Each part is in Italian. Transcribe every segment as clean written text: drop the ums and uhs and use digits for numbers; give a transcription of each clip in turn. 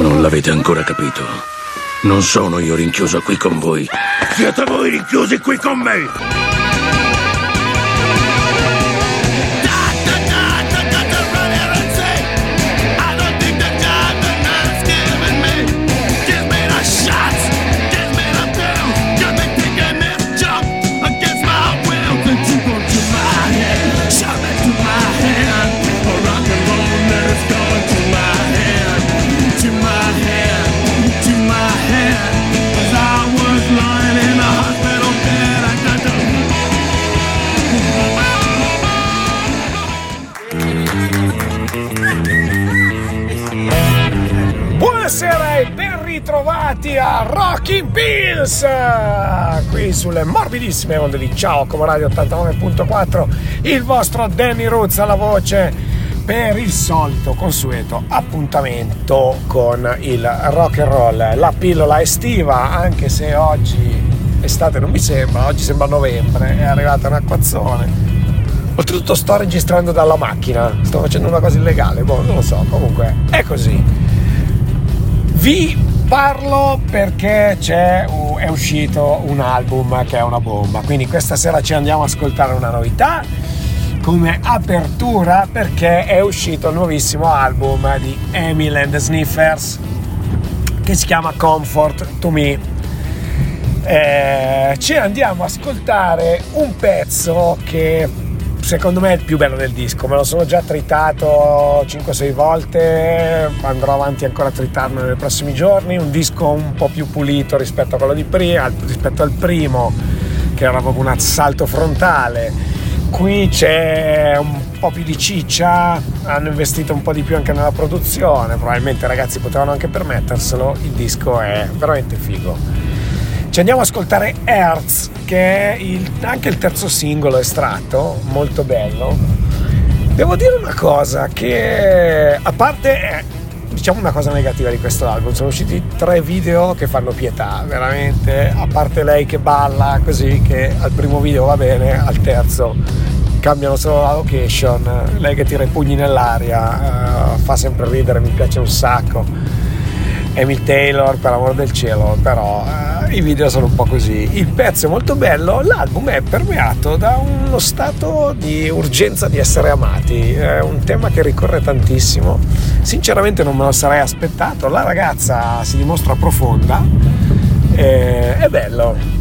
Non l'avete ancora capito. Non sono io rinchiuso qui con voi. Siete voi rinchiusi qui con me! Buonasera e ben ritrovati a Rocking Pills, qui sulle morbidissime onde di Ciao Como Radio 89.4, il vostro Danny Roots alla voce per il solito consueto appuntamento con il rock and roll, la pillola estiva, anche se oggi estate non mi sembra, oggi sembra novembre, è arrivata un acquazzone. Oltretutto sto registrando dalla macchina, sto facendo una cosa illegale, non lo so, comunque è così. Vi parlo perché è uscito un album che è una bomba, quindi questa sera ci andiamo ad ascoltare una novità come apertura, perché è uscito il nuovissimo album di Emil and the Sniffers che si chiama Comfort to Me. Ci andiamo ad ascoltare un pezzo che secondo me è il più bello del disco, me lo sono già tritato 5-6 volte, andrò avanti ancora a tritarmelo nei prossimi giorni. Un disco un po' più pulito rispetto a quello di prima, rispetto al primo che era proprio un assalto frontale. Qui c'è un po' più di ciccia, hanno investito un po' di più anche nella produzione, probabilmente ragazzi potevano anche permetterselo, il disco è veramente figo. Ci andiamo ad ascoltare Hertz, che è anche il terzo singolo estratto, molto bello. Devo dire una cosa, che a parte diciamo una cosa negativa di questo album, sono usciti 3 video che fanno pietà, veramente, a parte lei che balla così, che al primo video va bene, al terzo cambiano solo la location, lei che tira i pugni nell'aria, fa sempre ridere, mi piace un sacco. Emil Taylor, per amor del cielo, però i video sono un po' così. Il pezzo è molto bello, l'album è permeato da uno stato di urgenza di essere amati, è un tema che ricorre tantissimo, sinceramente non me lo sarei aspettato. La ragazza si dimostra profonda, è bello.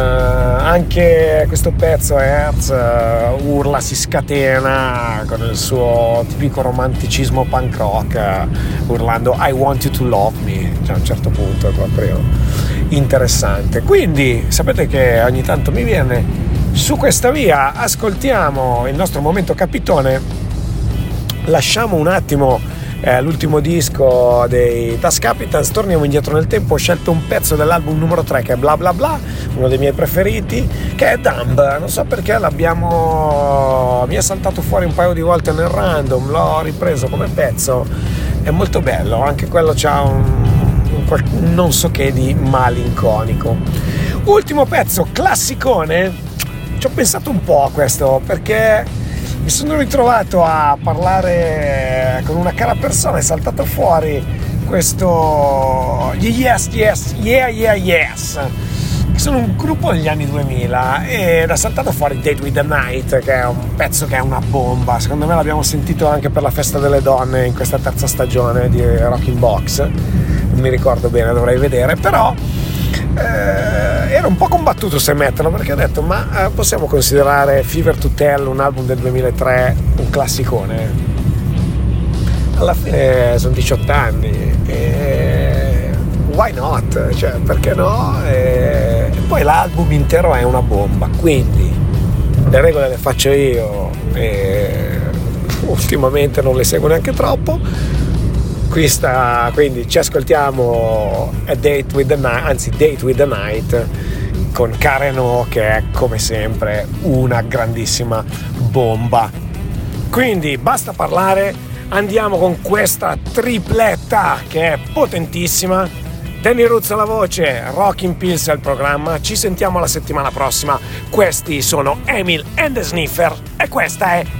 Anche questo pezzo Hertz urla, si scatena con il suo tipico romanticismo punk rock, urlando I want you to love me, cioè, a un certo punto è proprio interessante. Quindi sapete che ogni tanto mi viene su questa via. Ascoltiamo il nostro momento capitone, lasciamo un attimo l'ultimo disco dei Das Capitans, torniamo indietro nel tempo. Ho scelto un pezzo dell'album numero 3 che è Bla Bla Bla, uno dei miei preferiti, che è Dumb. Non so perché mi è saltato fuori un paio di volte nel random, l'ho ripreso come pezzo, è molto bello, anche quello c'ha un non so che di malinconico. Ultimo pezzo, classicone. Ci ho pensato un po' a questo perché mi sono ritrovato a parlare con una cara persona, è saltato fuori questo Yes Yes Yeah Yeah Yes, che sono un gruppo degli anni 2000, ed è saltato fuori Date with the Night, che è un pezzo che è una bomba. Secondo me l'abbiamo sentito anche per la festa delle donne in questa terza stagione di Rocking Box, non mi ricordo bene, dovrei vedere, però ero un po' combattuto se metterlo, perché ho detto ma possiamo considerare Fever to Tell, un album del 2003, un classicone? Alla fine sono 18 anni e why not? Cioè, perché no? E poi l'album intero è una bomba, quindi le regole le faccio io e ultimamente non le seguo neanche troppo. Quindi ci ascoltiamo Date with the Night con Karen O, che è come sempre una grandissima bomba. Quindi basta parlare, andiamo con questa tripletta che è potentissima. Danny Roots alla voce, Rocking Pills al programma. Ci sentiamo la settimana prossima. Questi sono Emil and the Sniffer e questa è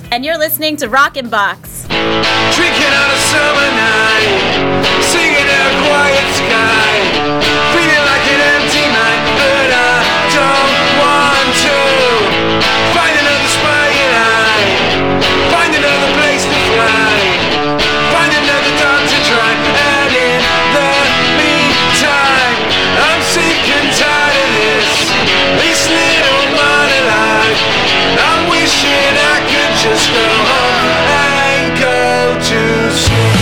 and you're listening to Rockin' Box. Drinking on a summer night, singing in a quiet sky, feeling like an empty night, but I don't want to find another spying eye, find another place to fly, find another dog to try, and in the meantime, I'm sick and tired of this little monologue. I'm wishing I could just go home and go to sleep.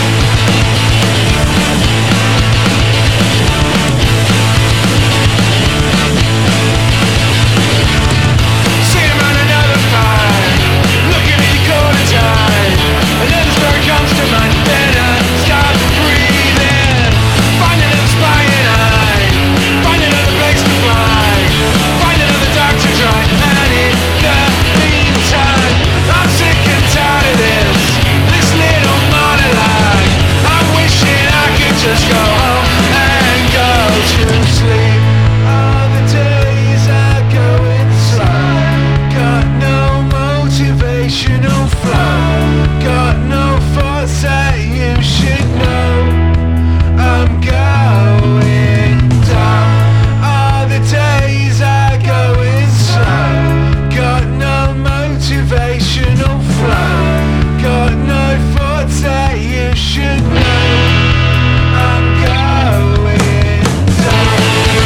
Sitting around another fire, looking at the corner time. Another story comes to mind, then I stop breathing. Find another spying eye, find another place to fly, find another dog to try, and in the meantime, I'm sick and tired of this little monologue. I'm wishing I could just go home and go to sleep. All the days I go inside, got no motivational flow, got no thoughts that you should know. I'm going down. All the days I go inside, got no motivational flow, got no thoughts that you should know. I'm going down.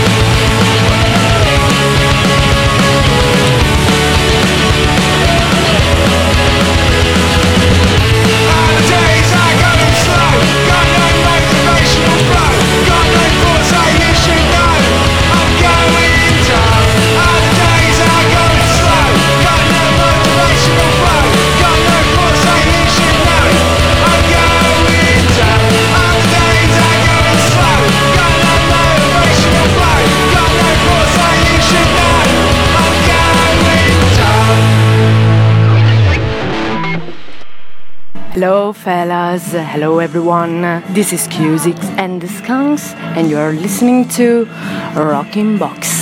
All the days I go in slow, got no motivational flow, got no thoughts that you should know. I'm going down. All the days I go in slow, got no motivational flow, got no thoughts that you should know. I'm going down. All the days I go in slow, got no motivational flow, got no thoughts that you should know. I'm going down. Hello fellas, hello everyone, this is Cusix and the Skunks and you are listening to Rockin' Box.